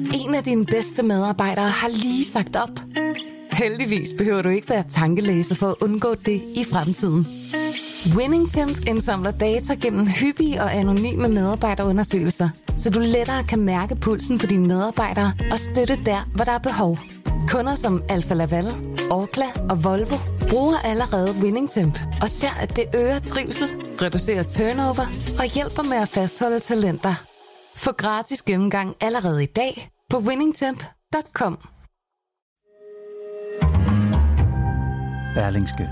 En af dine bedste medarbejdere har lige sagt op. Heldigvis behøver du ikke være tankelæser for at undgå det i fremtiden. WinningTemp indsamler data gennem hyppige og anonyme medarbejderundersøgelser, så du lettere kan mærke pulsen på dine medarbejdere og støtte der, hvor der er behov. Kunder som Alfa Laval, Orkla og Volvo bruger allerede WinningTemp og ser, at det øger trivsel, reducerer turnover og hjælper med at fastholde talenter. Få gratis gennemgang allerede i dag på winningtemp.com. Berlingske.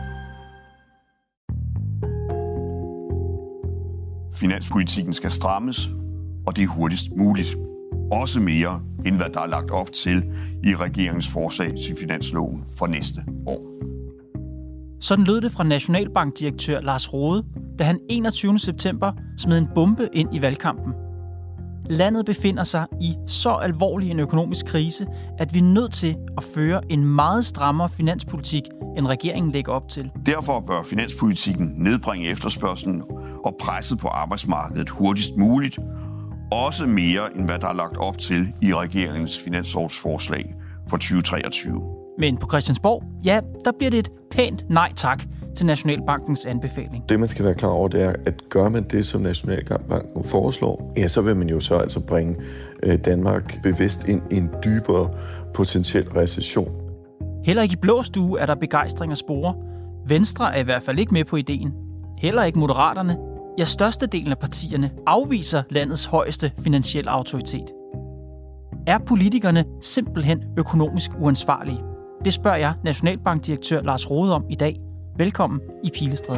Finanspolitikken skal strammes, og det er hurtigst muligt. Også mere, end hvad der er lagt op til i regeringens forslag til finansloven for næste år. Sådan lød det fra Nationalbankdirektør Lars Rohde, da han 21. september smed en bombe ind i valgkampen. Landet befinder sig i så alvorlig en økonomisk krise, at vi er nødt til at føre en meget strammere finanspolitik, end regeringen lægger op til. Derfor bør finanspolitikken nedbringe efterspørgslen og presset på arbejdsmarkedet hurtigst muligt, også mere end hvad der er lagt op til i regeringens finanslovsforslag for 2023. Men på Christiansborg, ja, der bliver det et pænt nej tak til Nationalbankens anbefaling. Det, man skal være klar over, det er, at gør man det, som Nationalbanken foreslår, ja, så vil man jo så altså bringe Danmark bevidst ind i en dybere potentiel recession. Heller ikke i blå stue er der begejstring at spore. Venstre er i hvert fald ikke med på ideen. Heller ikke Moderaterne. Ja, størstedelen af partierne afviser landets højeste finansielle autoritet. Er politikerne simpelthen økonomisk uansvarlige? Det spørger jeg Nationalbankdirektør Lars Rohde om i dag. Velkommen i Pilestræde.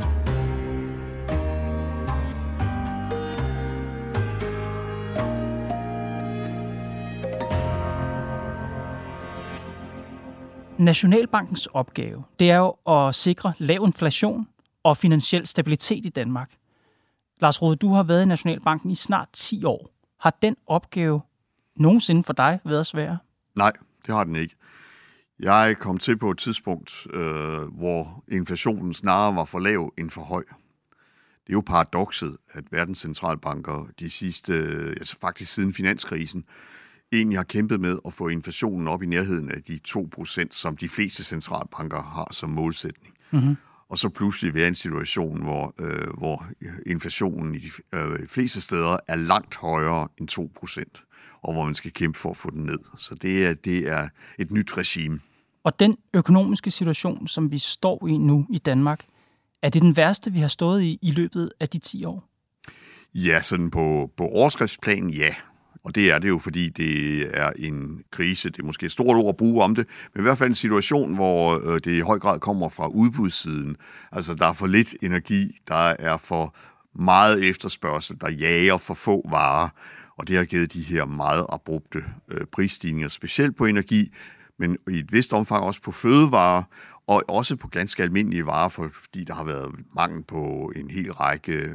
Nationalbankens opgave, det er jo at sikre lav inflation og finansiel stabilitet i Danmark. Lars Rohde, du har været i Nationalbanken i snart 10 år. Har den opgave nogensinde for dig været sværere? Nej, det har den ikke. Jeg kom til på et tidspunkt, hvor inflationen snarere var for lav end for høj. Det er jo paradokset, at verdens centralbanker de sidste, altså faktisk siden finanskrisen, egentlig har kæmpet med at få inflationen op i nærheden af de 2%, som de fleste centralbanker har som målsætning. Mm-hmm. Og så pludselig være en situation, hvor inflationen i de fleste steder er langt højere end 2%, og hvor man skal kæmpe for at få den ned. Så det er et nyt regime. Og den økonomiske situation, som vi står i nu i Danmark, er det den værste, vi har stået i løbet af de 10 år? Ja, sådan på overskriftsplan, ja. Og det er det jo, fordi det er en krise. Det er måske et stort ord at bruge om det, men i hvert fald en situation, hvor det i høj grad kommer fra udbudssiden. Altså, der er for lidt energi, der er for meget efterspørgsel, der jager for få varer, og det har givet de her meget abrupte prisstigninger, specielt på energi, men i et vist omfang også på fødevarer, og også på ganske almindelige varer, fordi der har været mangel på en hel række,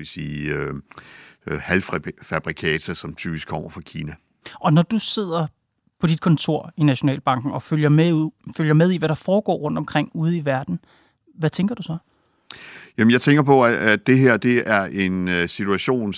halvfabrikater, som typisk kommer fra Kina. Og når du sidder på dit kontor i Nationalbanken og følger med i, hvad der foregår rundt omkring ude i verden, hvad tænker du så? Jamen, jeg tænker på, at det her det er en situation,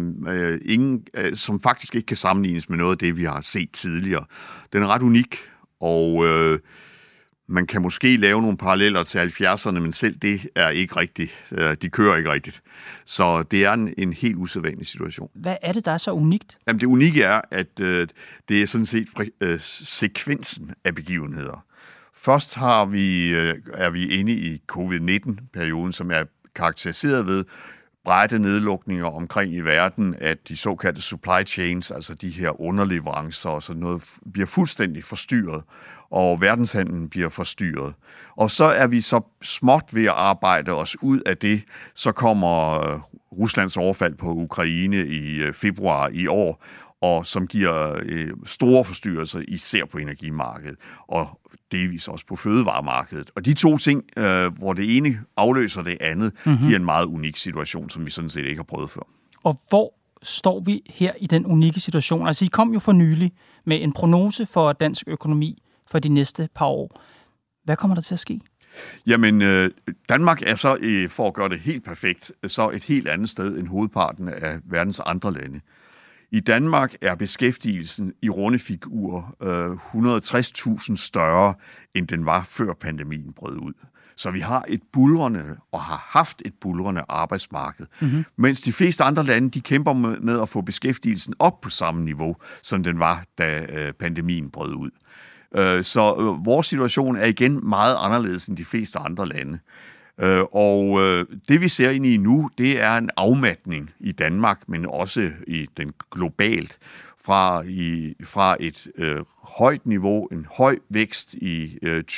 som faktisk ikke kan sammenlignes med noget af det, vi har set tidligere. Den er ret unik, og man kan måske lave nogle paralleller til 70'erne, men selv det er ikke rigtigt. De kører ikke rigtigt. Så det er en helt usædvanlig situation. Hvad er det, der er så unikt? Jamen, det unikke er, at det er sådan set sekvensen af begivenheder. Først er vi inde i covid-19-perioden, som er karakteriseret ved bredte nedlukninger omkring i verden, at de såkaldte supply chains, altså de her underleverancer og sådan noget, bliver fuldstændig forstyrret, og verdenshandlen bliver forstyrret. Og så er vi så småt ved at arbejde os ud af det. Så kommer Ruslands overfald på Ukraine i februar i år, og som giver store forstyrrelser, især på energimarkedet, og delvis også på fødevaremarkedet. Og de to ting, hvor det ene afløser det andet, giver en meget unik situation, som vi sådan set ikke har prøvet før. Og hvor står vi her i den unikke situation? Altså, I kom jo for nylig med en prognose for dansk økonomi for de næste par år. Hvad kommer der til at ske? Jamen, Danmark er så, for at gøre det helt perfekt, så et helt andet sted end hovedparten af verdens andre lande. I Danmark er beskæftigelsen i runde figur 160.000 større, end den var før pandemien brød ud. Så vi har et buldrende, og har haft et buldrende arbejdsmarked. Mm-hmm. Mens de fleste andre lande, de kæmper med at få beskæftigelsen op på samme niveau, som den var, da pandemien brød ud. Så vores situation er igen meget anderledes end de fleste andre lande. Og det vi ser ind i nu, det er en afmatning i Danmark, men også i den globalt, fra et højt niveau, en høj vækst i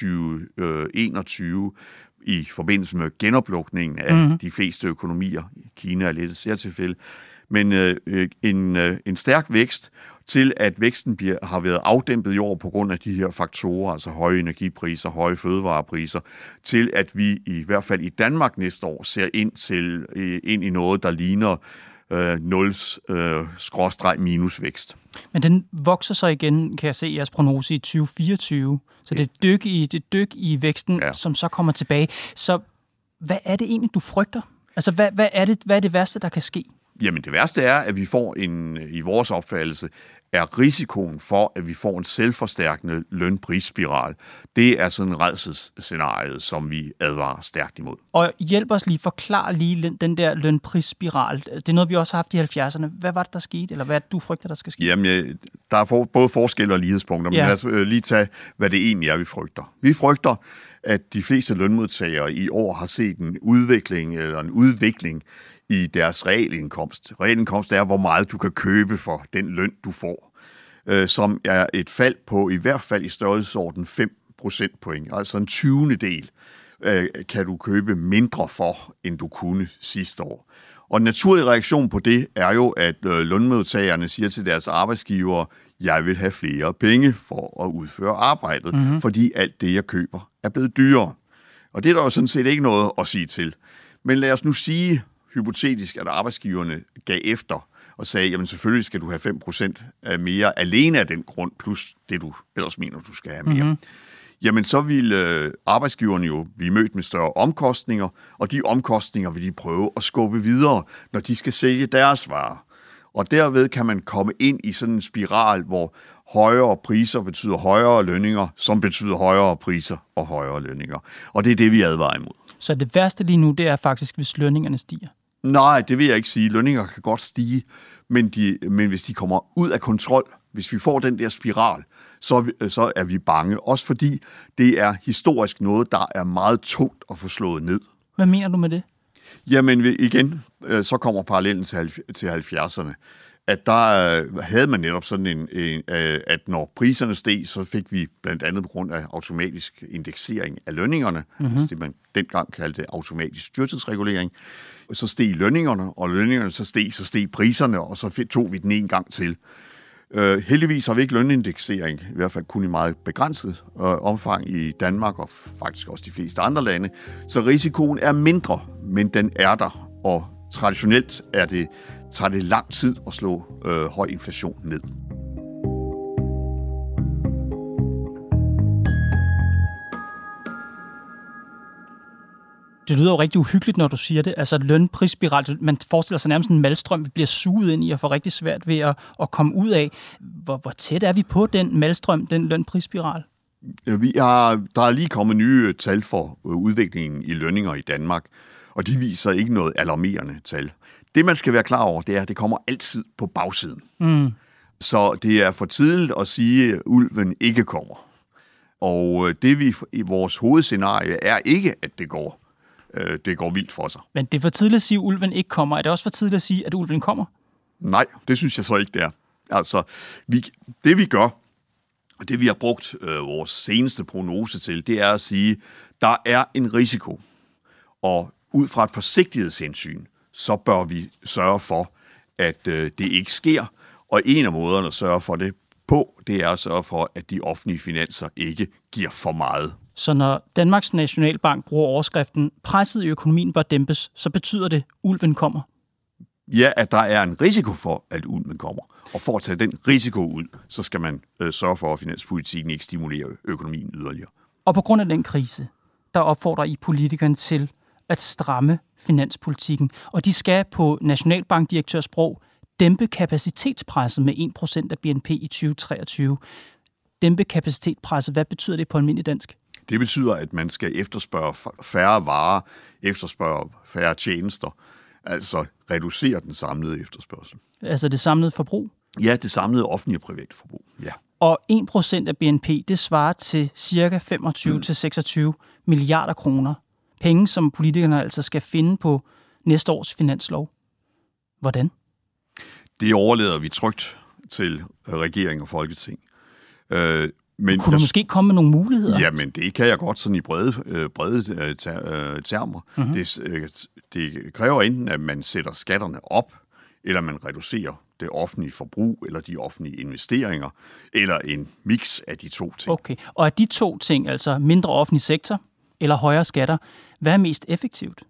2021 i forbindelse med genoplukningen af de fleste økonomier. Kina er lidt et særtilfælde, men en stærk vækst, til at væksten har været afdæmpet i år på grund af de her faktorer, altså høje energipriser, høje fødevarepriser, til at vi i hvert fald i Danmark næste år ser ind i noget, der ligner 0/- vækst. Men den vokser så igen, kan jeg se i jeres prognose, i 2024. Så det er et dyk i væksten, som så kommer tilbage. Så hvad er det egentlig, du frygter? Altså, hvad er det værste, der kan ske? Jamen, det værste er, at vi får i vores opfattelse, er risikoen for, at vi får en selvforstærkende lønprisspiral. Det er sådan en rædselsscenarie, som vi advarer stærkt imod. Og hjælp os lige, forklar lige den der lønprisspiral. Det er noget, vi også har haft i 70'erne. Hvad var det, der skete, eller hvad er det, du frygter, der skal ske? Jamen, der er både forskelle og lighedspunkter, men lad os lige tage, hvad det egentlig er, vi frygter. Vi frygter, at de fleste lønmodtagere i år har set en udvikling i deres realindkomst. Realindkomst er, hvor meget du kan købe for den løn, du får, som er et fald på i hvert fald i størrelsesorden 5 procentpoint, altså en 20. del kan du købe mindre for, end du kunne sidste år. Og en naturlig reaktion på det er jo, at lønmodtagerne siger til deres arbejdsgivere, jeg vil have flere penge for at udføre arbejdet, fordi alt det, jeg køber, er blevet dyrere. Og det er der jo sådan set ikke noget at sige til. Men lad os nu sige, hypotetisk, at arbejdsgiverne gav efter og sagde, jamen selvfølgelig skal du have 5% mere alene af den grund, plus det du ellers mener, du skal have mere. Jamen så vil arbejdsgiverne jo blive mødt med større omkostninger, og de omkostninger vil de prøve at skubbe videre, når de skal sælge deres varer. Og derved kan man komme ind i sådan en spiral, hvor højere priser betyder højere lønninger, som betyder højere priser og højere lønninger. Og det er det, vi advarer imod. Så det værste lige nu, det er faktisk, hvis lønningerne stiger? Nej, det vil jeg ikke sige. Lønninger kan godt stige, men hvis de kommer ud af kontrol, hvis vi får den der spiral, så er vi bange. Også fordi det er historisk noget, der er meget tungt at få slået ned. Hvad mener du med det? Jamen igen, så kommer parallellen til 70'erne. At der havde man netop sådan at når priserne steg, så fik vi blandt andet på grund af automatisk indeksering af lønningerne, altså det man dengang kaldte automatisk styrtidsregulering, så steg lønningerne, og lønningerne så steg priserne, og så tog vi den en gang til. Heldigvis har vi ikke lønindeksering, i hvert fald kun i meget begrænset omfang i Danmark, og faktisk også de fleste andre lande, så risikoen er mindre, men den er der, og traditionelt tager det lang tid at slå høj inflation ned. Det lyder jo rigtig uhyggeligt, når du siger det. Altså lønprisspiral, man forestiller sig nærmest en malstrøm, vi bliver suget ind i og får rigtig svært ved at komme ud af. Hvor tæt er vi på den malstrøm, den lønprisspiral? Der er lige kommet nye tal for udviklingen i lønninger i Danmark, og de viser ikke noget alarmerende tal. Det, man skal være klar over, det er, at det kommer altid på bagsiden. Så det er for tidligt at sige, at ulven ikke kommer. Og det i vores hovedscenarie er ikke, at det går vildt for sig. Men det er for tidligt at sige, at ulven ikke kommer. Er det også for tidligt at sige, at ulven kommer? Nej, det synes jeg så ikke, det er. Altså, det vi gør, og det vi har brugt vores seneste prognose til, det er at sige, der er en risiko. Og ud fra et forsigtighedshensyn, så bør vi sørge for, at det ikke sker. Og en af måderne at sørge for det på, det er at sørge for, at de offentlige finanser ikke giver for meget. Så når Danmarks Nationalbank bruger overskriften, presset i økonomien bør dæmpes, så betyder det, at ulven kommer? Ja, at der er en risiko for, at ulven kommer. Og for at tage den risiko ud, så skal man sørge for, at finanspolitikken ikke stimulerer økonomien yderligere. Og på grund af den krise, der opfordrer I politikerne til at stramme finanspolitikken. Og de skal på nationalbankdirektørsprog dæmpe kapacitetspresset med 1% af BNP i 2023. Dæmpe kapacitetspresset, hvad betyder det på almindelig dansk? Det betyder, at man skal efterspørge færre varer, efterspørge færre tjenester, altså reducere den samlede efterspørgsel. Altså det samlede forbrug? Ja, det samlede offentlige og private forbrug, ja. Og 1% af BNP, det svarer til ca. 25-26 milliarder kroner. Penge, som politikerne altså skal finde på næste års finanslov. Hvordan? Det overlader vi trygt til regering og folketing. Men kunne du måske komme med nogle muligheder? Jamen, det kan jeg godt sådan i brede termer. Mm-hmm. Det kræver enten, at man sætter skatterne op, eller man reducerer det offentlige forbrug, eller de offentlige investeringer, eller en mix af de to ting. Okay, og af de to ting, altså mindre offentlig sektor eller højere skatter, hvad er mest effektivt?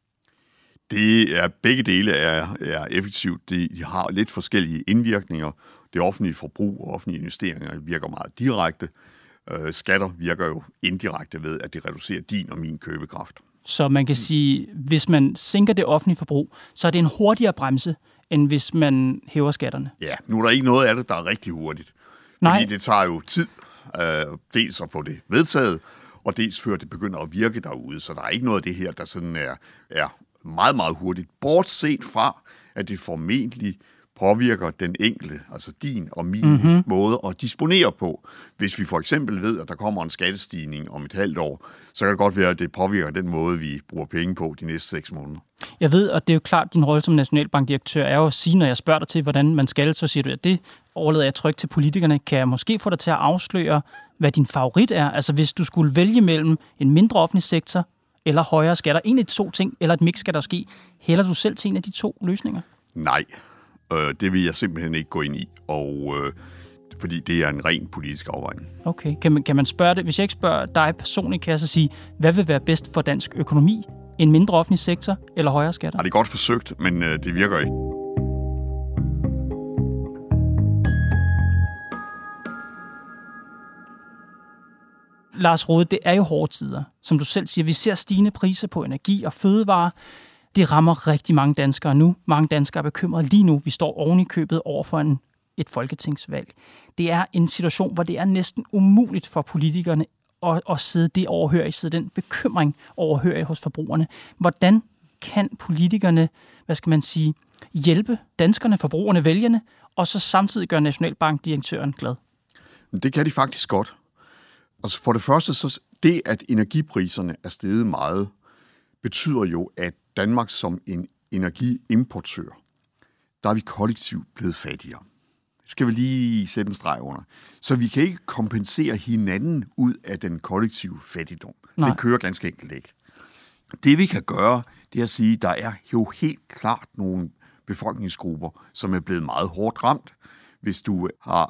Det er begge dele er effektivt. De har lidt forskellige indvirkninger. Det offentlige forbrug og offentlige investeringer virker meget direkte. Skatter virker jo indirekte ved, at det reducerer din og min købekraft. Så man kan sige, hvis man sænker det offentlige forbrug, så er det en hurtigere bremse, end hvis man hæver skatterne? Ja, nu er der ikke noget af det, der er rigtig hurtigt. Nej. Fordi det tager jo tid, dels at få det vedtaget, og dels før det begynder at virke derude. Så der er ikke noget af det her, der sådan er meget, meget hurtigt. Bortset fra, at det formentlig påvirker den enkelte, altså din og min måde at disponere på. Hvis vi for eksempel ved, at der kommer en skattestigning om et halvt år, så kan det godt være, at det påvirker den måde, vi bruger penge på de næste 6 måneder. Jeg ved, og det er jo klart, at din rolle som nationalbankdirektør er jo at sige, når jeg spørger dig til, hvordan man skal, så siger du, at det overlader jeg trygt til politikerne. Kan jeg måske få dig til at afsløre, hvad din favorit er? Altså hvis du skulle vælge mellem en mindre offentlig sektor eller højere skatter, en af de to ting, eller et mix skal der ske, hælder du selv til en af de to løsninger? Nej. Det vil jeg simpelthen ikke gå ind i, og fordi det er en ren politisk afvejning. Okay. Kan man spørge det? Hvis jeg ikke spørger dig personligt, kan jeg så sige, hvad vil være bedst for dansk økonomi? En mindre offentlig sektor eller højere skatter? Ja, det er godt forsøgt, men det virker ikke. Lars Rohde, det er jo hårde tider. Som du selv siger, vi ser stigende priser på energi og fødevarer. Det rammer rigtig mange danskere nu. Mange danskere er bekymrede lige nu. Vi står oven i købet over for et folketingsvalg. Det er en situation, hvor det er næsten umuligt for politikerne at sidde det overhørigt, sidde den bekymring overhørigt hos forbrugerne. Hvordan kan politikerne, hjælpe danskerne, forbrugerne, vælgerne, og så samtidig gøre nationalbankdirektøren glad? Det kan de faktisk godt. Altså for det første, så det, at energipriserne er steget meget, betyder jo, at Danmark som en energiimportør, der er vi kollektivt blevet fattigere. Det skal vi lige sætte en streg under. Så vi kan ikke kompensere hinanden ud af den kollektive fattigdom. Nej. Det kører ganske enkelt ikke. Det vi kan gøre, det er at sige, at der er jo helt klart nogle befolkningsgrupper, som er blevet meget hårdt ramt. Hvis du har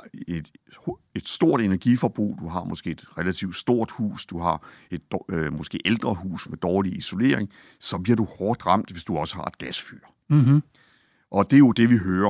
et stort energiforbrug, du har måske et relativt stort hus, du har et måske ældre hus med dårlig isolering, så bliver du hårdt ramt, hvis du også har et gasfyr. Mm-hmm. Og det er jo det, vi hører.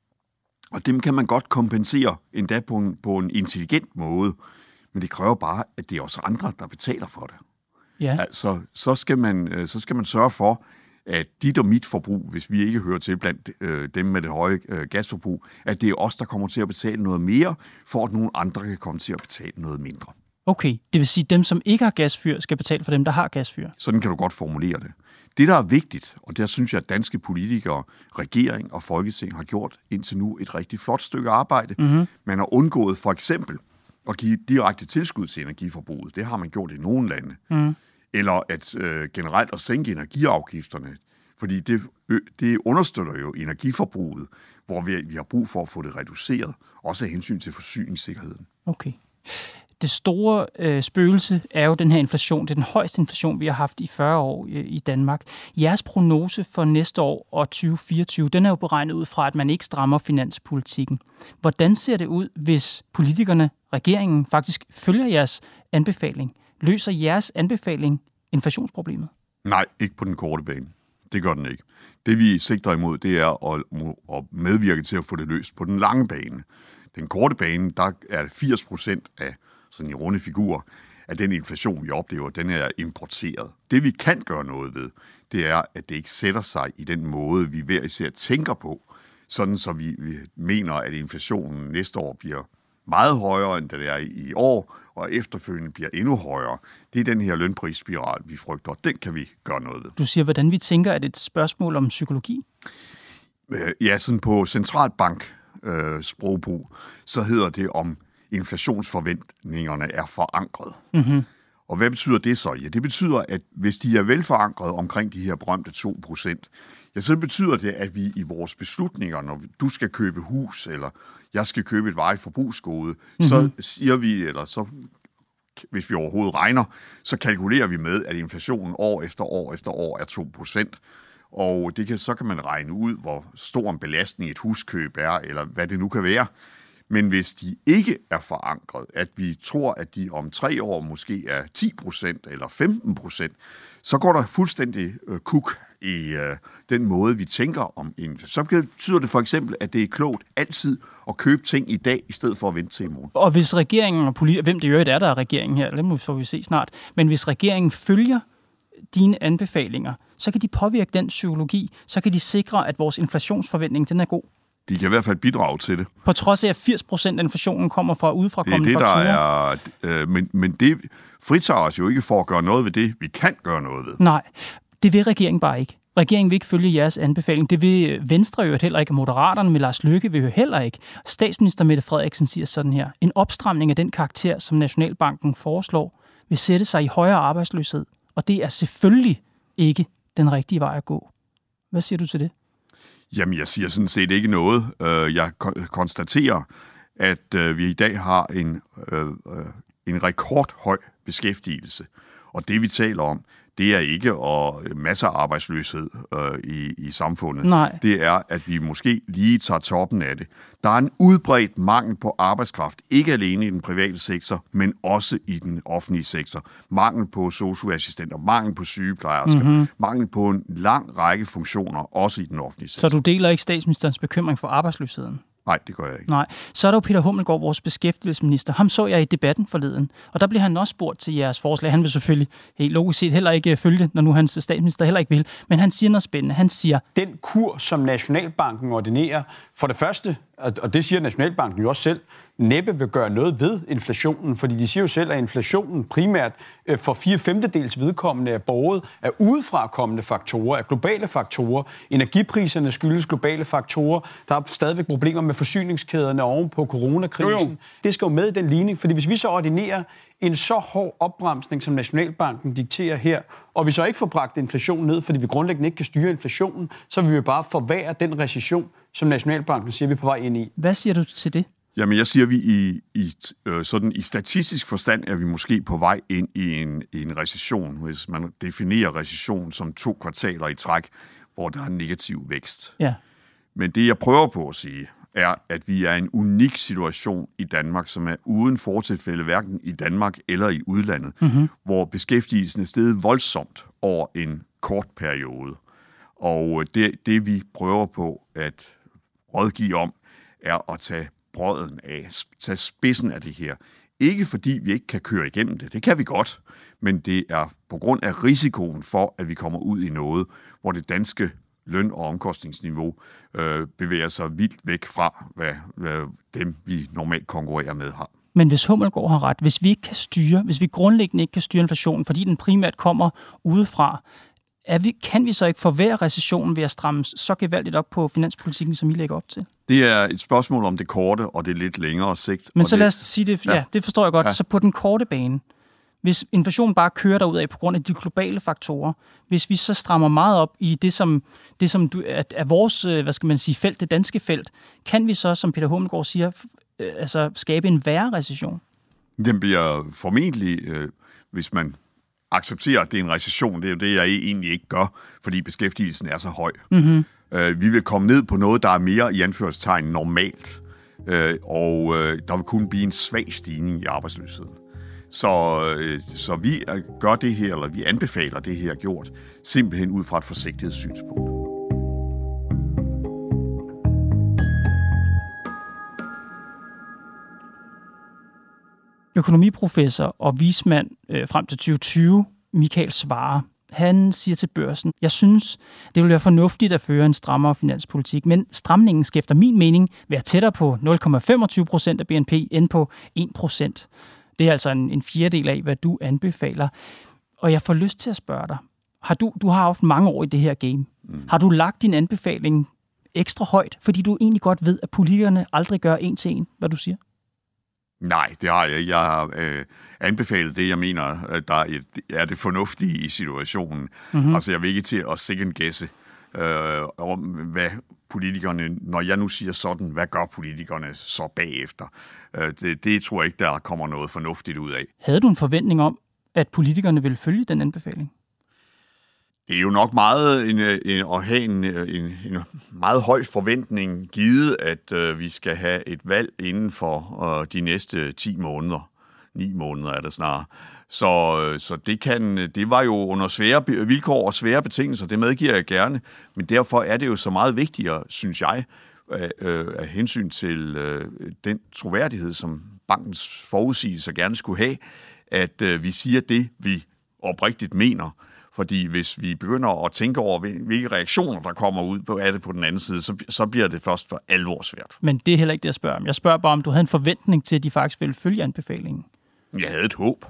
Og dem kan man godt kompensere endda på en intelligent måde, men det kræver bare, at det er også andre, der betaler for det. Ja. Altså, så skal man sørge for, at dit og mit forbrug, hvis vi ikke hører til blandt dem med det høje gasforbrug, at det er os, der kommer til at betale noget mere, for at nogle andre kan komme til at betale noget mindre. Okay, det vil sige, at dem, som ikke har gasfyr, skal betale for dem, der har gasfyr? Sådan kan du godt formulere det. Det, der er vigtigt, og der synes jeg, at danske politikere, regering og folketing har gjort indtil nu et rigtig flot stykke arbejde. Mm-hmm. Man har undgået for eksempel at give direkte tilskud til energiforbruget. Det har man gjort i nogle lande. Mm. Eller at generelt at sænke energiafgifterne, fordi det understøtter jo energiforbruget, hvor vi har brug for at få det reduceret, også af hensyn til forsyningssikkerheden. Okay. Det store spøgelse er jo den her inflation. Det er den højeste inflation, vi har haft i 40 år i Danmark. Jeres prognose for næste år og 2024, den er jo beregnet ud fra, at man ikke strammer finanspolitikken. Hvordan ser det ud, hvis politikerne, regeringen, faktisk følger jeres anbefaling? Løser jeres anbefaling inflationsproblemet? Nej, ikke på den korte bane. Det gør den ikke. Det vi sigter imod, det er at medvirke til at få det løst på den lange bane. Den korte bane, der er 80% af sådan i runde figurer, at den inflation, vi oplever, den er importeret. Det vi kan gøre noget ved, det er, at det ikke sætter sig i den måde, vi hver især tænker på, sådan så vi mener, at inflationen næste år bliver meget højere, end det er i år, og efterfølgende bliver endnu højere. Det er den her lønprisspiral, vi frygter, og den kan vi gøre noget ved. Du siger, hvordan vi tænker, at det er et spørgsmål om psykologi? Ja, sådan på centralbank sprogbrug, så hedder det, om inflationsforventningerne er forankret. Mm-hmm. Og hvad betyder det så? Ja, det betyder, at hvis de er velforankret omkring de her berømte 2%, ja, så betyder det, at vi i vores beslutninger, når du skal købe hus, eller jeg skal købe et varigt forbrugsgode, så siger vi, eller så, hvis vi overhovedet regner, så kalkulerer vi med, at inflationen år efter år er 2%. Og så kan man regne ud, hvor stor en belastning et huskøb er, eller hvad det nu kan være. Men hvis de ikke er forankret, at vi tror, at de om 3 år måske er 10% eller 15%, så går der fuldstændig kuk i den måde, vi tænker om inflation. Så betyder det for eksempel, at det er klogt altid at købe ting i dag, i stedet for at vente til i morgen. Og hvis regeringen og hvem det er, der er regeringen her, det får vi se snart, men hvis regeringen følger dine anbefalinger, så kan de påvirke den psykologi, så kan de sikre, at vores inflationsforventning, den er god. De kan i hvert fald bidrage til det. På trods af, at 80% af inflationen kommer fra udefrakommende faktorer. Det er det, der er... Men det fritager os jo ikke for at gøre noget ved det, vi kan gøre noget ved. Nej, det vil regeringen bare ikke. Regeringen vil ikke følge jeres anbefaling. Det vil Venstre jo heller ikke, Moderaterne med Lars Løkke vil jo heller ikke. Statsminister Mette Frederiksen siger sådan her: en opstramning af den karakter, som Nationalbanken foreslår, vil sætte sig i højere arbejdsløshed. Og det er selvfølgelig ikke den rigtige vej at gå. Hvad siger du til det? Jamen, jeg siger sådan set ikke noget. Jeg konstaterer, at vi i dag har en rekordhøj beskæftigelse. Og det, vi taler om, det er ikke masser af arbejdsløshed i samfundet. Nej. Det er, at vi måske lige tager toppen af det. Der er en udbredt mangel på arbejdskraft, ikke alene i den private sektor, men også i den offentlige sektor. Mangel på sosu-assistenter, mangel på sygeplejersker, mangel på en lang række funktioner, også i den offentlige sektor. Så du deler ikke statsministerens bekymring for arbejdsløsheden? Nej, det gør jeg ikke. Nej. Så er der jo Peter Hummelgaard, vores beskæftigelsesminister. Ham så jeg i debatten forleden, og der blev han også spurgt til jeres forslag. Han vil selvfølgelig helt logisk set heller ikke følge det, når nu hans statsminister heller ikke vil. Men han siger noget spændende. Han siger, den kur, som Nationalbanken ordinerer, for det første, og det siger Nationalbanken jo også selv, næppe vil gøre noget ved inflationen, fordi de siger jo selv, at inflationen primært for 4/5 vedkommende er båret af udefrakommende faktorer, af globale faktorer. Energipriserne skyldes globale faktorer. Der er stadigvæk problemer med forsyningskæderne oven på coronakrisen. Jo. Det skal jo med i den ligning, fordi hvis vi så ordinerer en så hård opbremsning, som Nationalbanken dikterer her, og vi så ikke får bragt inflationen ned, fordi vi grundlæggende ikke kan styre inflationen, så vil vi bare forværre den recession, som Nationalbanken siger, vi er på vej ind i. Hvad siger du til det? Jamen, jeg siger, vi i statistisk forstand er vi måske på vej ind i en recession, hvis man definerer recession som 2 kvartaler i træk, hvor der er negativ vækst. Ja. Men det, jeg prøver på at sige, er, at vi er i en unik situation i Danmark, som er uden fortilfælde, hverken i Danmark eller i udlandet, hvor beskæftigelsen er steget voldsomt over en kort periode. Og det vi prøver på at rådgive om, er at tage brøden af, tage spidsen af det her. Ikke fordi vi ikke kan køre igennem det. Det kan vi godt. Men det er på grund af risikoen for, at vi kommer ud i noget, hvor det danske løn- og omkostningsniveau bevæger sig vildt væk fra, hvad dem, vi normalt konkurrerer med, har. Men hvis Hummelgaard har ret, hvis vi grundlæggende ikke kan styre inflationen, fordi den primært kommer udefra, kan vi så ikke forværre recessionen ved at stramme så gevaldigt op på finanspolitikken, som I lægger op til? Det er et spørgsmål om det korte og det lidt længere sigt. Men så lad os sige det, ja, det forstår jeg godt. Ja. Så på den korte bane, hvis inflationen bare kører derudad på grund af de globale faktorer, hvis vi så strammer meget op i det som er vores, felt, det danske felt, kan vi så, som Peter Hummelgaard siger, skabe en værre recession? Den bliver formentlig, hvis man accepterer, at det er en recession. Det er jo det, jeg egentlig ikke gør, fordi beskæftigelsen er så høj. Mm-hmm. Vi vil komme ned på noget, der er mere i anførselstegn normalt, og der vil kun blive en svag stigning i arbejdsløsheden. Så vi gør det her, eller vi anbefaler det her gjort, simpelthen ud fra et forsigtighedssynspunkt. Økonomiprofessor og vismand frem til 2020, Michael Svarer, han siger til Børsen, jeg synes, det vil være fornuftigt at føre en strammere finanspolitik, men stramningen skal efter min mening være tættere på 0,25% af BNP end på 1%. Det er altså en fjerdedel af, hvad du anbefaler. Og jeg får lyst til at spørge dig, du har haft mange år i det her game. Har du lagt din anbefaling ekstra højt, fordi du egentlig godt ved, at politikerne aldrig gør en til en, hvad du siger? Nej, det har jeg. Jeg har anbefalet det, jeg mener, der er det fornuftige i situationen. Mm-hmm. Altså, jeg vil ikke til at second-guesse om, hvad politikerne, når jeg nu siger sådan, hvad gør politikerne så bagefter? Det tror jeg ikke, der kommer noget fornuftigt ud af. Havde du en forventning om, at politikerne ville følge den anbefaling? Det er jo nok meget at have en meget høj forventning, givet at vi skal have et valg inden for de næste 10 måneder. 9 måneder er det snart. Så det var jo under svære vilkår og svære betingelser, det medgiver jeg gerne. Men derfor er det jo så meget vigtigere, synes jeg, af hensyn til den troværdighed, som bankens forudsigelser gerne skulle have, at vi siger det, vi oprigtigt mener. Fordi hvis vi begynder at tænke over, hvilke reaktioner, der kommer ud af det på den anden side, så bliver det først for alvor svært. Men det er heller ikke det, jeg spørger om. Jeg spørger bare, om du havde en forventning til, at de faktisk ville følge anbefalingen. Jeg havde et håb.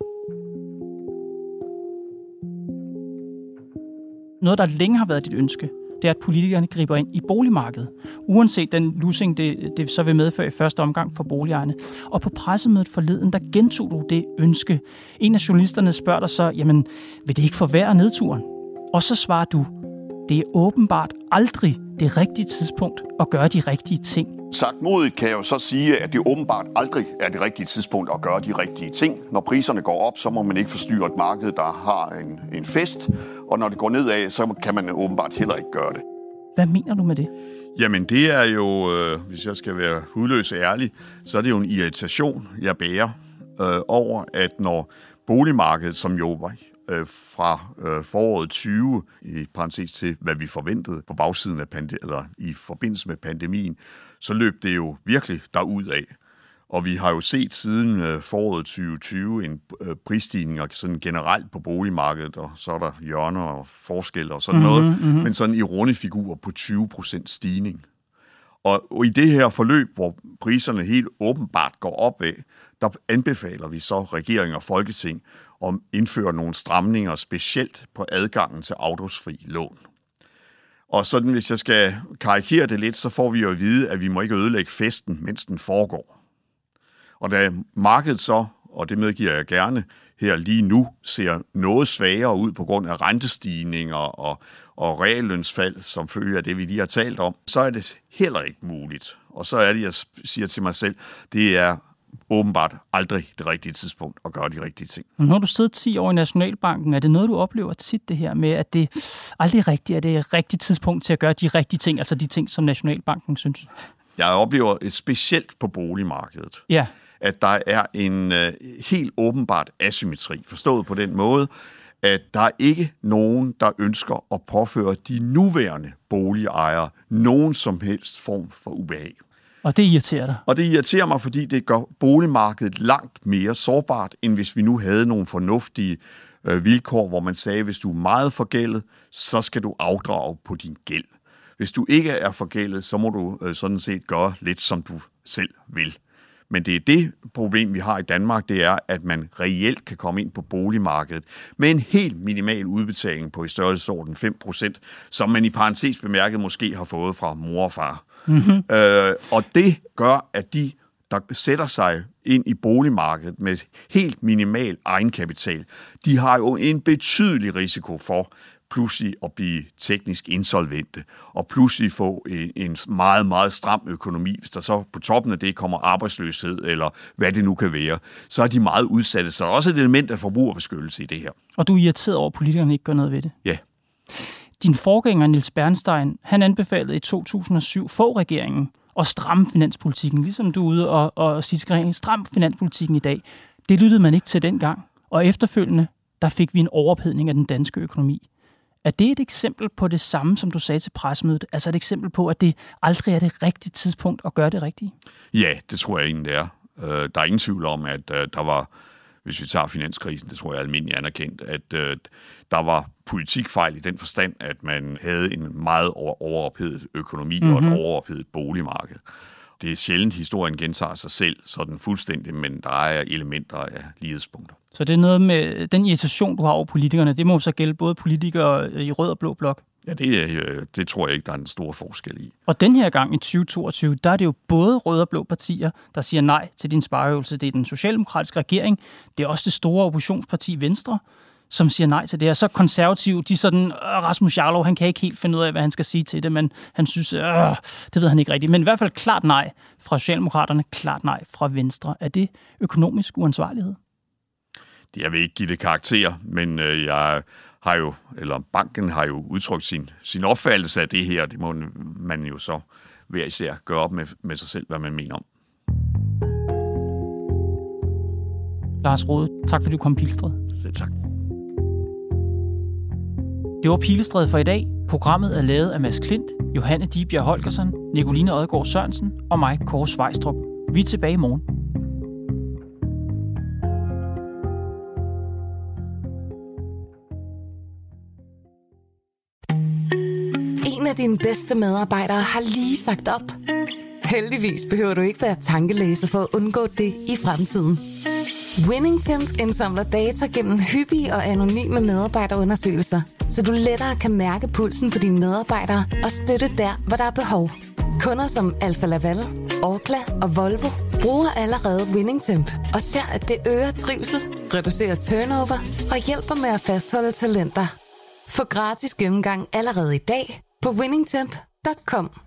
Noget, der længe har været dit ønske, det er, at politikerne griber ind i boligmarkedet, uanset den lussing, det så vil medføre i første omgang for boligejerne. Og på pressemødet forleden, der gentog du det ønske. En af journalisterne spørger dig så, jamen, vil det ikke forværre nedturen? Og så svarer du, det er åbenbart aldrig det rigtige tidspunkt at gøre de rigtige ting. Sagt modigt kan jeg jo så sige, at det åbenbart aldrig er det rigtige tidspunkt at gøre de rigtige ting. Når priserne går op, så må man ikke forstyrre et marked, der har en fest. Og når det går nedad, så kan man åbenbart heller ikke gøre det. Hvad mener du med det? Jamen det er jo, hvis jeg skal være hudløs ærlig, så er det jo en irritation, jeg bærer over, at når boligmarkedet, som jo var fra foråret 20, i parentes til, hvad vi forventede på bagsiden af eller i forbindelse med pandemien, så løb det jo virkelig derudad. Og vi har jo set siden foråret 2020 en prisstigning sådan generelt på boligmarkedet, og så er der hjørner og forskelle og sådan noget, men sådan i runde figurer på 20% stigning. Og i det her forløb, hvor priserne helt åbenbart går opad, der anbefaler vi så regering og folketing om at indføre nogle stramninger, specielt på adgangen til afdragsfri lån. Og sådan, hvis jeg skal karikere det lidt, så får vi jo at vide, at vi må ikke ødelægge festen, mens den foregår. Og da markedet så, og det medgiver jeg gerne, her lige nu ser noget svagere ud på grund af rentestigninger og reallønsfald, som følger af det, vi lige har talt om, så er det heller ikke muligt. Og så er det, jeg siger til mig selv, det er åbenbart aldrig det rigtige tidspunkt at gøre de rigtige ting. Nu har du siddet 10 år i Nationalbanken. Er det noget, du oplever tit det her med, at det aldrig rigtigt er det rigtige tidspunkt til at gøre de rigtige ting, altså de ting, som Nationalbanken synes? Jeg oplever et specielt på boligmarkedet, at der er en helt åbenbart asymmetri, forstået på den måde, at der er ikke nogen, der ønsker at påføre de nuværende boligejere nogen som helst form for ubehag. Og det irriterer dig? Og det irriterer mig, fordi det gør boligmarkedet langt mere sårbart, end hvis vi nu havde nogle fornuftige vilkår, hvor man sagde, hvis du er meget forgældet, så skal du afdrage på din gæld. Hvis du ikke er forgældet, så må du sådan set gøre lidt, som du selv vil. Men det er det problem, vi har i Danmark, det er, at man reelt kan komme ind på boligmarkedet med en helt minimal udbetaling på i størrelsesorden 5%, som man i parentes bemærket måske har fået fra mor og far. Mm-hmm. Og det gør, at de, der sætter sig ind i boligmarkedet med helt minimal egenkapital, de har jo en betydelig risiko for pludselig at blive teknisk insolvente, og pludselig få en meget, meget stram økonomi. Hvis der så på toppen af det kommer arbejdsløshed, eller hvad det nu kan være, så er de meget udsatte. Så er også et element af forbrugerbeskyttelse i det her. Og du er irriteret over, at politikerne ikke gør noget ved det? Ja. Din forgænger, Niels Bernstein, han anbefalede i 2007 få regeringen at stramme finanspolitikken, ligesom du er ude og sige til regeringen, stram finanspolitikken i dag. Det lyttede man ikke til dengang. Og efterfølgende, der fik vi en overophedning af den danske økonomi. Er det et eksempel på det samme, som du sagde til pressemødet? Altså et eksempel på, at det aldrig er det rigtige tidspunkt at gøre det rigtige? Ja, det tror jeg egentlig, det er. Der er ingen tvivl om, at der var hvis vi tager finanskrisen, det tror jeg er almindeligt anerkendt, at der var politikfejl i den forstand, at man havde en meget overophedet økonomi og et overophedet boligmarked. Det er sjældent, historien gentager sig selv sådan fuldstændig, men der er elementer af lighedspunkter. Så det er noget med den irritation, du har over politikerne, det må så gælde både politikere i rød og blå blok? Ja, det tror jeg ikke, der er en stor forskel i. Og den her gang i 2022, der er det jo både røde og blå partier, der siger nej til din spareøvelse. Det er den socialdemokratiske regering, det er også det store oppositionsparti Venstre, som siger nej til det her. Så konservative, de sådan, Rasmus Jarlov, han kan ikke helt finde ud af, hvad han skal sige til det, men han synes, det ved han ikke rigtigt. Men i hvert fald klart nej fra Socialdemokraterne, klart nej fra Venstre. Er det økonomisk uansvarlighed? Jeg vil ikke give det karakter, men banken har jo udtrykt sin opfattelse af det her. Det må man jo så hver især gøre op med sig selv, hvad man mener om. Lars Rohde, tak fordi du kom, Pilestræde. Selv tak. Det var Pilestræde for i dag. Programmet er lavet af Mads Klint, Johanne Dibjerg Holgersen, Nicoline Odgaard Sørensen og mig, Kåre Svejstrup. Vi er tilbage i morgen. En af dine bedste medarbejdere har lige sagt op. Heldigvis behøver du ikke være tankelæser for at undgå det i fremtiden. WinningTemp indsamler data gennem hyppige og anonyme medarbejderundersøgelser, så du lettere kan mærke pulsen på dine medarbejdere og støtte der, hvor der er behov. Kunder som Alfa Laval, Orkla og Volvo bruger allerede WinningTemp og ser, at det øger trivsel, reducerer turnover og hjælper med at fastholde talenter. Få gratis gennemgang allerede i dag på winningtemp.com.